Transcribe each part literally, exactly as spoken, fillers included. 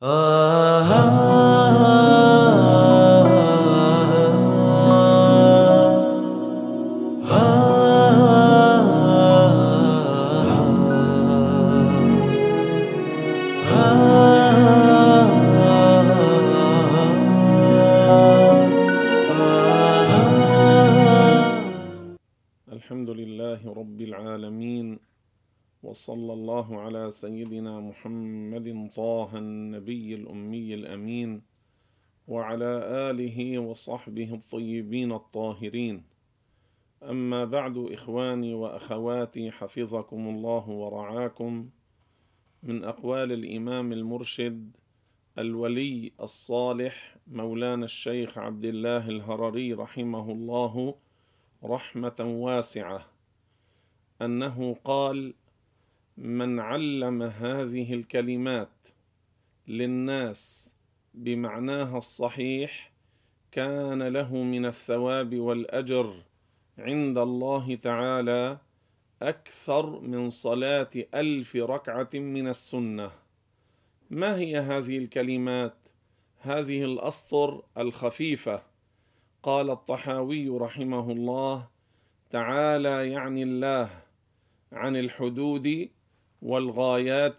الحمد لله رب العالمين، وصلى الله على سيدنا محمد طه النبي الأمي الأمين وعلى آله وصحبه الطيبين الطاهرين. أما بعد، إخواني وأخواتي حفظكم الله ورعاكم، من أقوال الإمام المرشد الولي الصالح مولانا الشيخ عبد الله الهرري رحمه الله رحمة واسعة، أنه قال: من علم هذه الكلمات للناس بمعناها الصحيح كان له من الثواب والأجر عند الله تعالى أكثر من صلاة ألف ركعة من السنة. ما هي هذه الكلمات؟ هذه الأسطر الخفيفة. قال الطحاوي رحمه الله تعالى يعني الله عن الحدود والغايات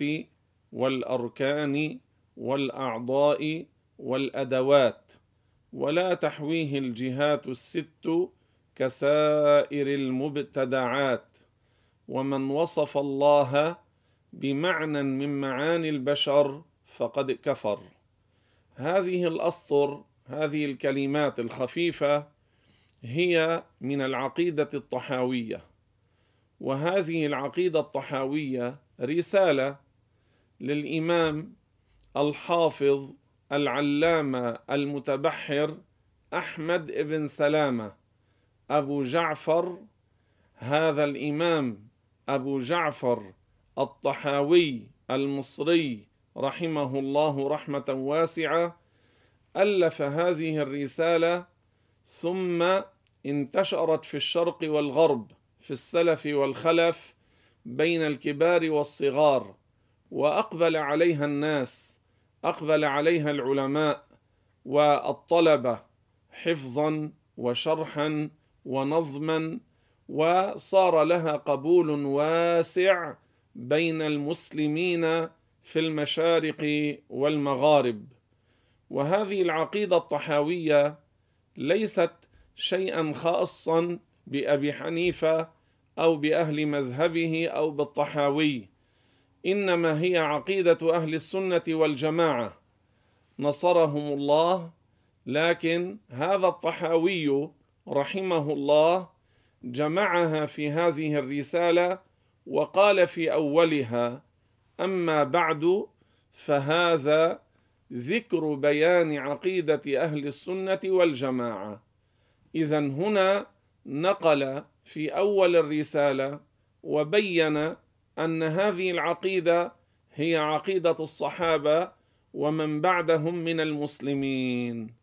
والأركان والأعضاء والأدوات، ولا تحويه الجهات الست كسائر المبتدعات. ومن وصف الله بمعنى من معاني البشر فقد كفر. هذه الأسطر، هذه الكلمات الخفيفة هي من العقيدة الطحاوية، وهذه العقيدة الطحاوية رسالة للإمام الحافظ العلامة المتبحر أحمد بن سلامة أبو جعفر. هذا الإمام أبو جعفر الطحاوي المصري رحمه الله رحمة واسعة ألف هذه الرسالة، ثم انتشرت في الشرق والغرب، في السلف والخلف، بين الكبار والصغار، وأقبل عليها الناس، أقبل عليها العلماء والطلبة حفظا وشرحا ونظما، وصار لها قبول واسع بين المسلمين في المشارق والمغارب. وهذه العقيدة الطحاوية ليست شيئا خاصا بأبي حنيفة أو بأهل مذهبه أو بالطحاوي، إنما هي عقيدة أهل السنة والجماعة نصرهم الله. لكن هذا الطحاوي رحمه الله جمعها في هذه الرسالة، وقال في أولها: أما بعد، فهذا ذكر بيان عقيدة أهل السنة والجماعة. إذن هنا نقل في أول الرسالة وبين أن هذه العقيدة هي عقيدة الصحابة ومن بعدهم من المسلمين.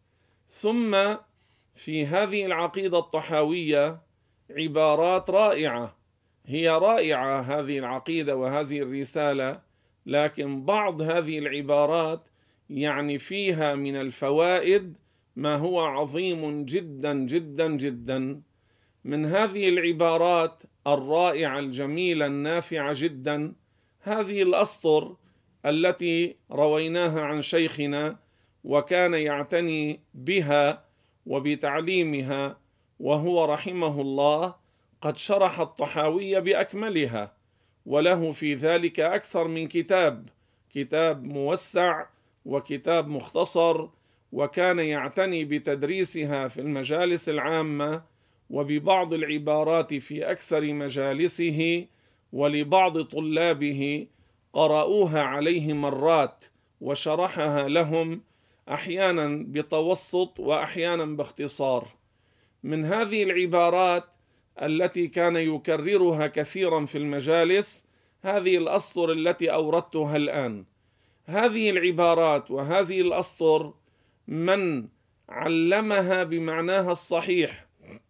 ثم في هذه العقيدة الطحاوية عبارات رائعة، هي رائعة هذه العقيدة وهذه الرسالة، لكن بعض هذه العبارات يعني فيها من الفوائد ما هو عظيم جدا جدا جدا. من هذه العبارات الرائعة الجميلة النافعة جدا هذه الأسطر التي رويناها عن شيخنا، وكان يعتني بها وبتعليمها، وهو رحمه الله قد شرح الطحاوية بأكملها، وله في ذلك أكثر من كتاب، كتاب موسع وكتاب مختصر، وكان يعتني بتدريسها في المجالس العامة وببعض العبارات في أكثر مجالسه، ولبعض طلابه قرأوها عليه مرات وشرحها لهم أحيانا بتوسط وأحيانا باختصار. من هذه العبارات التي كان يكررها كثيرا في المجالس هذه الأسطر التي أوردتها الآن. هذه العبارات وهذه الأسطر من علمها بمعناها الصحيح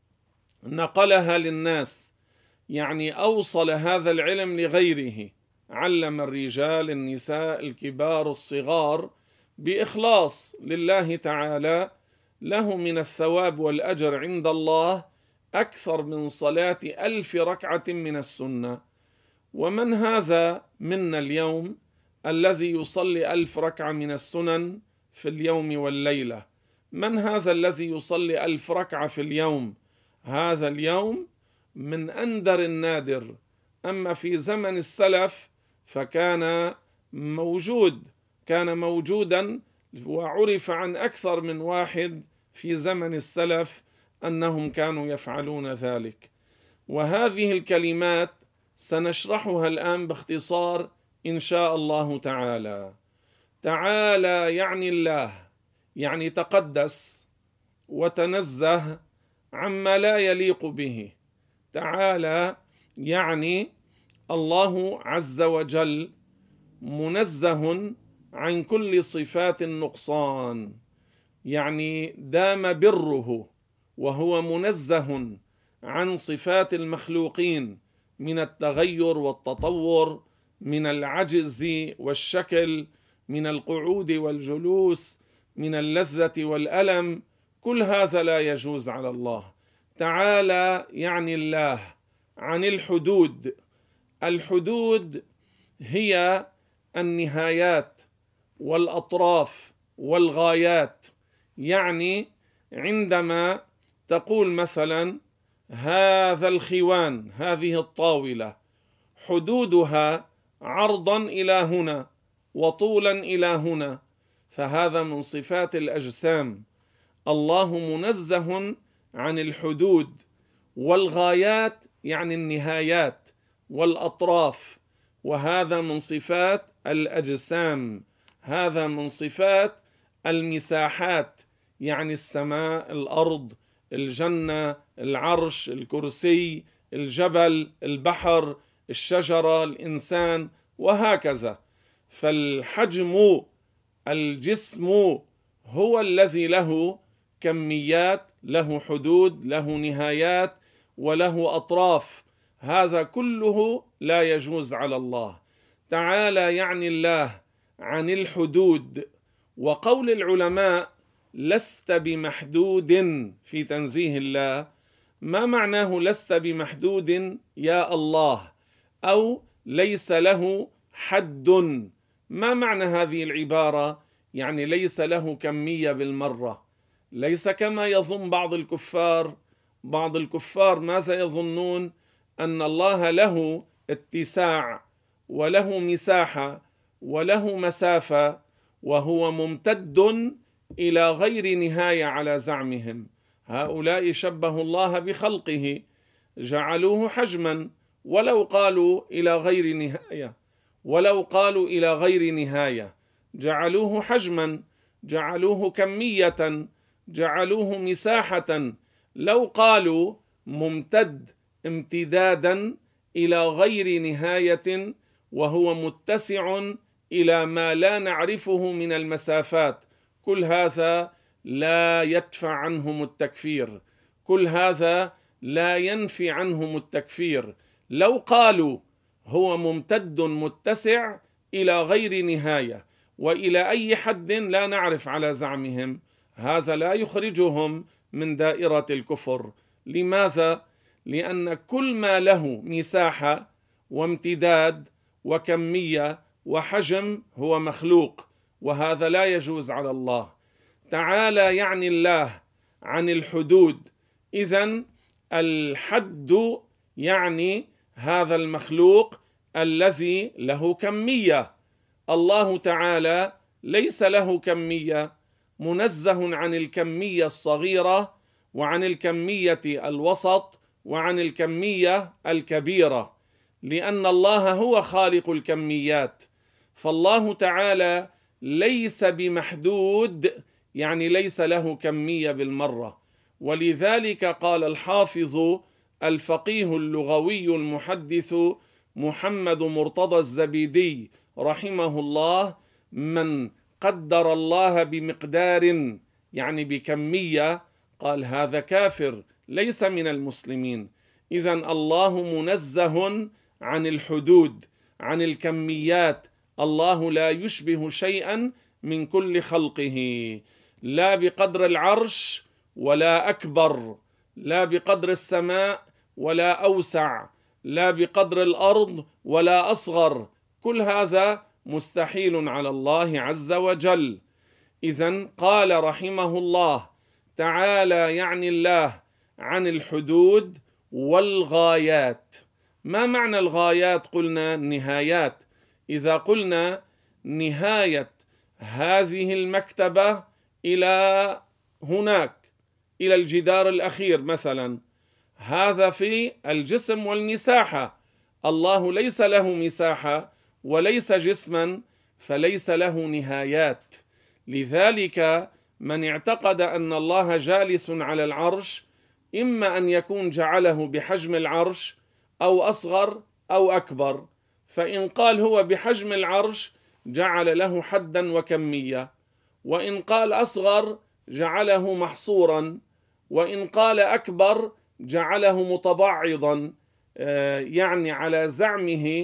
نقلها للناس، يعني أوصل هذا العلم لغيره، علم الرجال النساء الكبار الصغار بإخلاص لله تعالى له من الثواب والأجر عند الله أكثر من صلاة ألف ركعة من السنة. ومن هذا منا اليوم الذي يصلي ألف ركعة من السنن في اليوم والليلة؟ من هذا الذي يصلي ألف ركعة في اليوم؟ هذا اليوم من أندر النادر. أما في زمن السلف فكان موجود كان موجودا وعرف عن أكثر من واحد في زمن السلف أنهم كانوا يفعلون ذلك. وهذه الكلمات سنشرحها الآن باختصار إن شاء الله تعالى. تعالى يعني الله، يعني تقدس وتنزه عما لا يليق به. تعالى يعني الله عز وجل منزه عن كل صفات النقصان، يعني دام بره وهو منزه عن صفات المخلوقين من التغير والتطور، من العجز والشكل، من القعود والجلوس، من اللذة والألم. كل هذا لا يجوز على الله. تعالى يعني الله عن الحدود. الحدود هي النهايات والأطراف والغايات. يعني عندما تقول مثلا هذا الخوان، هذه الطاولة حدودها عرضا إلى هنا وطولا إلى هنا، فهذا من صفات الأجسام. الله منزه عن الحدود والغايات، يعني النهايات والأطراف، وهذا من صفات الأجسام. هذا من صفات المساحات، يعني السماء، الأرض، الجنة، العرش، الكرسي، الجبل، البحر، الشجرة، الإنسان، وهكذا. فالحجم، الجسم، هو الذي له كميات، له حدود، له نهايات، وله أطراف. هذا كله لا يجوز على الله. تعالى يعني الله عن الحدود. وقول العلماء لست بمحدود في تنزيه الله، ما معناه لست بمحدود يا الله؟ أو ليس له حد. ما معنى هذه العبارة؟ يعني ليس له كمية بالمرة. ليس كما يظن بعض الكفار. بعض الكفار ماذا يظنون؟ أن الله له اتساع وله مساحة وله مسافة، وهو ممتد إلى غير نهاية على زعمهم. هؤلاء شبهوا الله بخلقه، جعلوه حجما، ولو قالوا إلى غير نهاية ولو قالوا إلى غير نهاية جعلوه حجما، جعلوه كمية، جعلوه مساحة. لو قالوا ممتد امتدادا إلى غير نهاية، وهو متسع إلى ما لا نعرفه من المسافات. كل هذا لا يدفع عنهم التكفير، كل هذا لا ينفي عنهم التكفير. لو قالوا هو ممتد متسع إلى غير نهاية وإلى أي حد لا نعرف على زعمهم، هذا لا يخرجهم من دائرة الكفر. لماذا؟ لأن كل ما له مساحة وامتداد وكمية وحجم هو مخلوق، وهذا لا يجوز على الله. تعالى يعني الله عن الحدود. إذن الحد يعني هذا المخلوق الذي له كمية. الله تعالى ليس له كمية، منزه عن الكمية الصغيرة وعن الكمية الوسط وعن الكمية الكبيرة، لأن الله هو خالق الكميات. فالله تعالى ليس بمحدود، يعني ليس له كمية بالمرة. ولذلك قال الحافظ الفقيه اللغوي المحدث محمد مرتضى الزبيدي رحمه الله: من قدر الله بمقدار، يعني بكمية، قال هذا كافر ليس من المسلمين. إذن الله منزه عن الحدود، عن الكميات. الله لا يشبه شيئا من كل خلقه، لا بقدر العرش ولا أكبر، لا بقدر السماء ولا أوسع، لا بقدر الأرض ولا أصغر، كل هذا مستحيل على الله عز وجل. إذن قال رحمه الله تعالى يعني الله عن الحدود والغايات. ما معنى الغايات؟ قلنا النهايات. إذا قلنا نهاية هذه المكتبة إلى هناك، إلى الجدار الأخير مثلا، هذا في الجسم والمساحة. الله ليس له مساحة وليس جسما، فليس له نهايات. لذلك من اعتقد أن الله جالس على العرش، إما أن يكون جعله بحجم العرش أو أصغر أو أكبر، فإن قال هو بحجم العرش جعل له حدا وكمية، وإن قال أصغر جعله محصورا، وإن قال أكبر جعله متبعضا، يعني على زعمه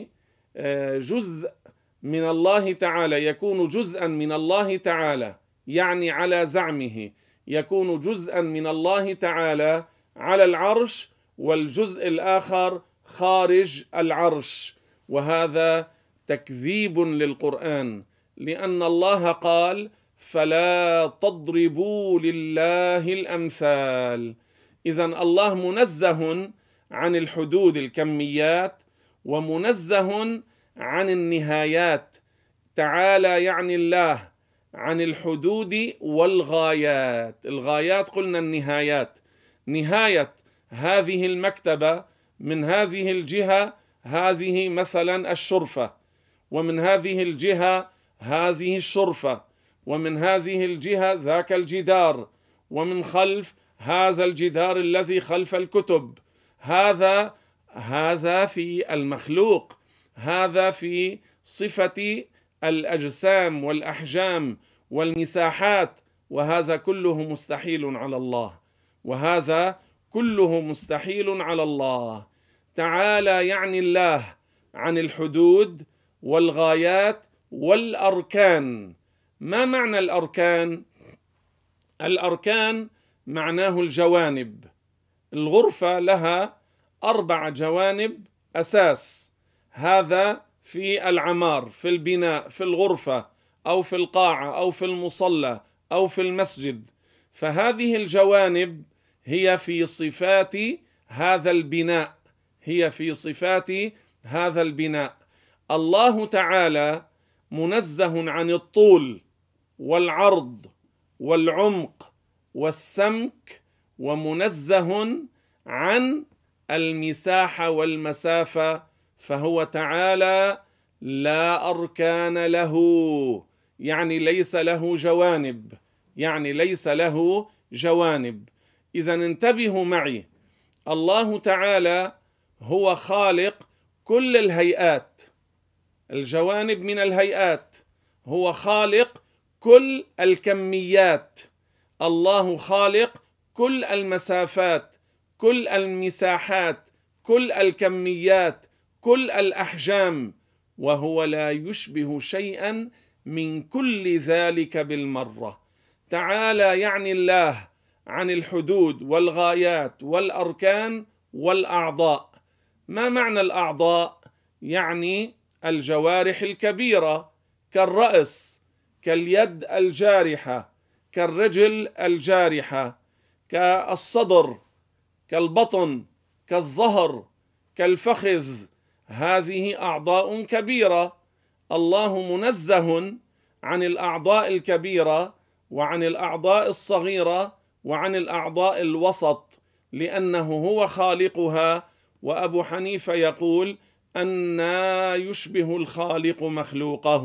جزء من الله تعالى، يكون جزءا من الله تعالى، يعني على زعمه يكون جزءا من الله تعالى على العرش، والجزء الآخر خارج العرش. وهذا تكذيب للقرآن، لأن الله قال فلا تضربوا لله الأمثال. إذن الله منزه عن الحدود الكميات ومنزه عن النهايات. تعالى يعني الله عن الحدود والغايات. الغايات قلنا النهايات، نهاية هذه المكتبة من هذه الجهة هذه مثلا الشرفة، ومن هذه الجهة هذه الشرفة، ومن هذه الجهة ذاك الجدار، ومن خلف هذا الجدار الذي خلف الكتب. هذا هذا في المخلوق، هذا في صفة الأجسام والأحجام والمساحات، وهذا كله مستحيل على الله، وهذا كله مستحيل على الله. تعالى يعني الله عن الحدود والغايات والأركان. ما معنى الأركان؟ الأركان معناه الجوانب. الغرفة لها أربع جوانب أساس، هذا في العمار، في البناء، في الغرفة أو في القاعة أو في المصلى أو في المسجد. فهذه الجوانب هي في صفات هذا البناء، هي في صفات هذا البناء. الله تعالى منزه عن الطول والعرض والعمق والسمك، ومنزه عن المساحة والمسافة، فهو تعالى لا أركان له، يعني ليس له جوانب، يعني ليس له جوانب. إذا انتبهوا معي، الله تعالى هو خالق كل الهيئات، الجوانب من الهيئات، هو خالق كل الكميات، الله خالق كل المسافات، كل المساحات، كل الكميات، كل الأحجام، وهو لا يشبه شيئا من كل ذلك بالمرة. تعالى يعني الله عن الحدود والغايات والأركان والأعضاء. ما معنى الأعضاء؟ يعني الجوارح الكبيرة كالرأس، كاليد الجارحة، كالرجل الجارحة، كالصدر، كالبطن، كالظهر، كالفخذ. هذه أعضاء كبيرة. الله منزه عن الأعضاء الكبيرة وعن الأعضاء الصغيرة وعن الأعضاء الوسط، لأنه هو خالقها. وأبو حنيفة يقول أنى يشبه الخالق مخلوقه.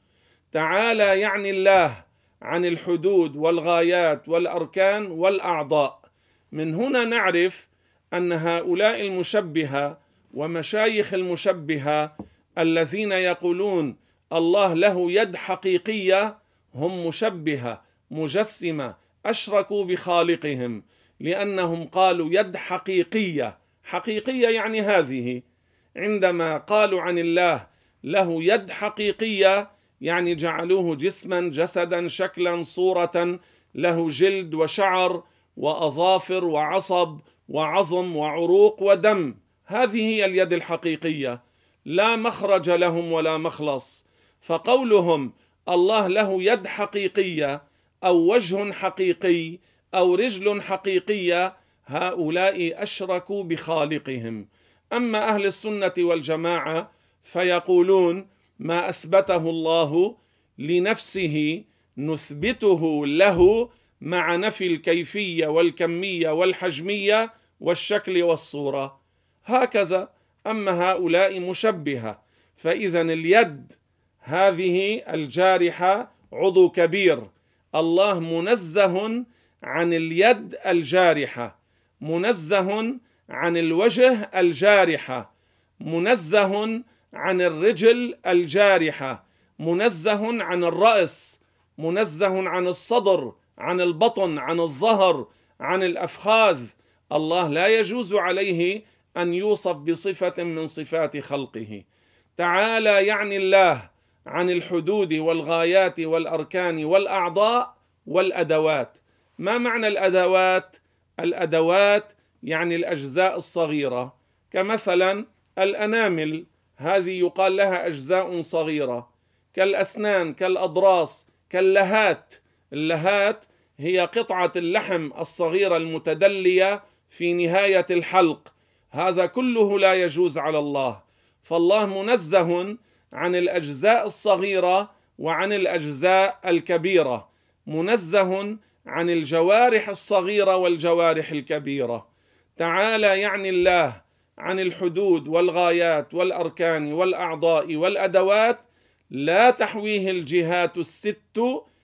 تعالى يعني الله عن الحدود والغايات والأركان والأعضاء. من هنا نعرف أن هؤلاء المشبهة ومشايخ المشبهة الذين يقولون الله له يد حقيقية هم مشبهة مجسمة، أشركوا بخالقهم، لأنهم قالوا يد حقيقية. حقيقية يعني هذه، عندما قالوا عن الله له يد حقيقية يعني جعلوه جسما جسدا شكلا صورة، له جلد وشعر وأظافر وعصب وعظم وعروق ودم. هذه هي اليد الحقيقية، لا مخرج لهم ولا مخلص. فقولهم الله له يد حقيقية أو وجه حقيقي أو رجل حقيقية، هؤلاء أشركوا بخالقهم. أما أهل السنة والجماعة فيقولون ما أثبته الله لنفسه نثبته له مع نفي الكيفية والكمية والحجمية والشكل والصورة، هكذا. أما هؤلاء مشبهة، فإذا اليد هذه الجارحة عضو كبير، الله منزه عن اليد الجارحة، منزه عن الوجه الجارحة، منزه عن الرجل الجارحة، منزه عن الرأس، منزه عن الصدر، عن البطن، عن الظهر، عن الأفخاذ. الله لا يجوز عليه أن يوصف بصفة من صفات خلقه. تعالى يعني الله عن الحدود والغايات والأركان والأعضاء والأدوات. ما معنى الأدوات؟ الأدوات يعني الأجزاء الصغيرة، كمثلا الأنامل، هذه يقال لها أجزاء صغيرة، كالأسنان، كالأضراس، كاللهات. اللهات هي قطعة اللحم الصغيرة المتدلية في نهاية الحلق. هذا كله لا يجوز على الله، فالله منزه عن الأجزاء الصغيرة وعن الأجزاء الكبيرة، منزه عن الجوارح الصغيرة والجوارح الكبيرة. تعالى يعني الله عن الحدود والغايات والأركان والأعضاء والأدوات، لا تحويه الجهات الست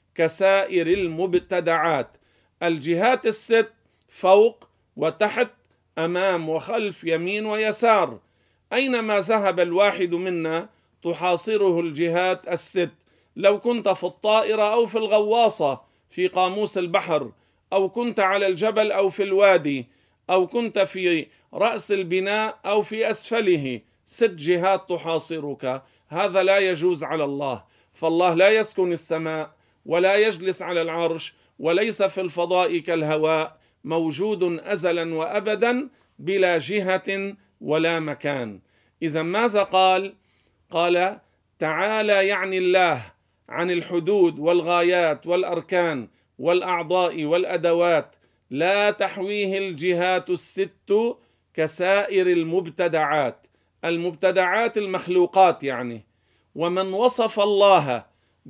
كسائر المبتدعات. الجهات الست فوق وتحت، أمام وخلف، يمين ويسار. أينما ذهب الواحد منا تحاصره الجهات الست. لو كنت في الطائرة أو في الغواصة في قاموس البحر، أو كنت على الجبل أو في الوادي، أو كنت في رأس البناء أو في أسفله، ست جهات تحاصرك. هذا لا يجوز على الله، فالله لا يسكن السماء ولا يجلس على العرش وليس في الفضاء كالهواء، موجود أزلا وأبدا بلا جهة ولا مكان. إذا ماذا قال؟ قال تعالى يعني الله عن الحدود والغايات والأركان والأعضاء والأدوات، لا تحويه الجهات الست كسائر المبتدعات. المبتدعات المخلوقات يعني. ومن وصف الله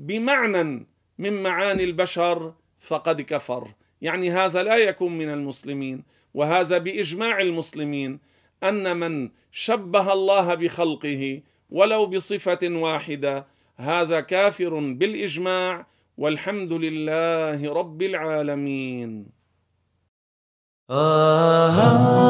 بمعنى من معاني البشر فقد كفر، يعني هذا لا يكون من المسلمين. وهذا بإجماع المسلمين أن من شبه الله بخلقه ولو بصفة واحدة هذا كافر بالإجماع، والحمد لله رب العالمين. آه